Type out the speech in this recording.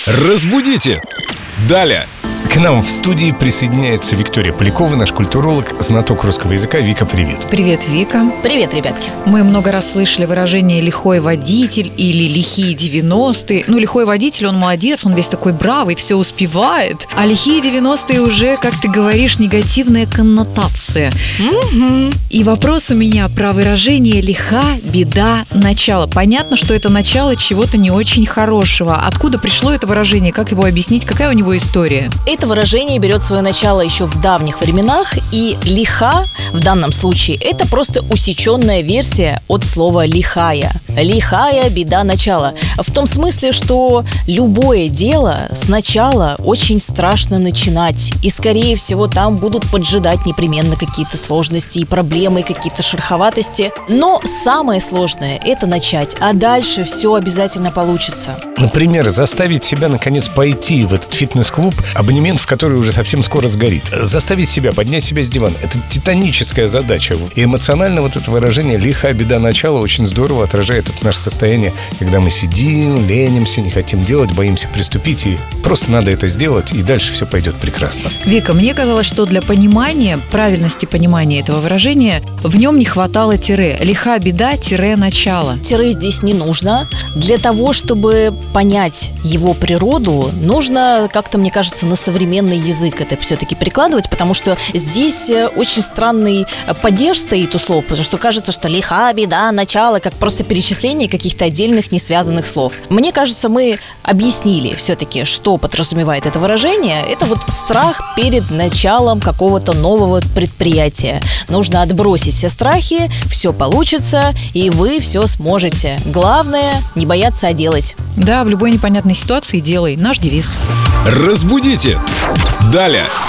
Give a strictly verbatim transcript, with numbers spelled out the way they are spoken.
Разбудите! Далее! К нам в студии присоединяется Виктория Полякова, наш культуролог, знаток русского языка. Вика, привет. Привет, Вика. Привет, ребятки. Мы много раз слышали выражение «лихой водитель» или «лихие девяностые». Ну, лихой водитель, он молодец, он весь такой бравый, все успевает. А лихие девяностые уже, как ты говоришь, негативная коннотация. Угу. И вопрос у меня про выражение «лиха, беда, начало». Понятно, что это начало чего-то не очень хорошего. Откуда пришло это выражение? Как его объяснить? Какая у него история? Это выражение берет свое начало еще в давних временах, и лиха в данном случае это просто усеченная версия от слова лихая. Лихая беда начала. В том смысле, что любое дело сначала очень страшно начинать, и скорее всего там будут поджидать непременно какие-то сложности и проблемы, и какие-то шероховатости. Но самое сложное – это начать, а дальше все обязательно получится. Например, заставить себя наконец пойти в этот фитнес-клуб, абонемент в который уже совсем скоро сгорит. Заставить себя, поднять себя с дивана – это титаническая задача. И эмоционально вот это выражение «лихая беда начала» очень здорово отражает это наше состояние, когда мы сидим, ленимся, не хотим делать, боимся приступить, и просто надо это сделать, и дальше все пойдет прекрасно. Вика, мне казалось, что для понимания, правильности понимания этого выражения, в нем не хватало тире. Лиха беда, тире начало. Тире здесь не нужно. Для того, чтобы понять его природу, нужно, как-то, мне кажется, на современный язык это все-таки перекладывать, потому что здесь очень странный падеж стоит у слов, потому что кажется, что лиха, беда, начало, как просто перечисление каких-то отдельных несвязанных слов. Мне кажется, мы объяснили все-таки, что подразумевает это выражение. Это вот страх перед началом какого-то нового предприятия. Нужно отбросить все страхи, все получится, и вы все сможете. Главное, не бояться, а делать. Да, в любой непонятной ситуации делай. Наш девиз. Разбудите! Далее!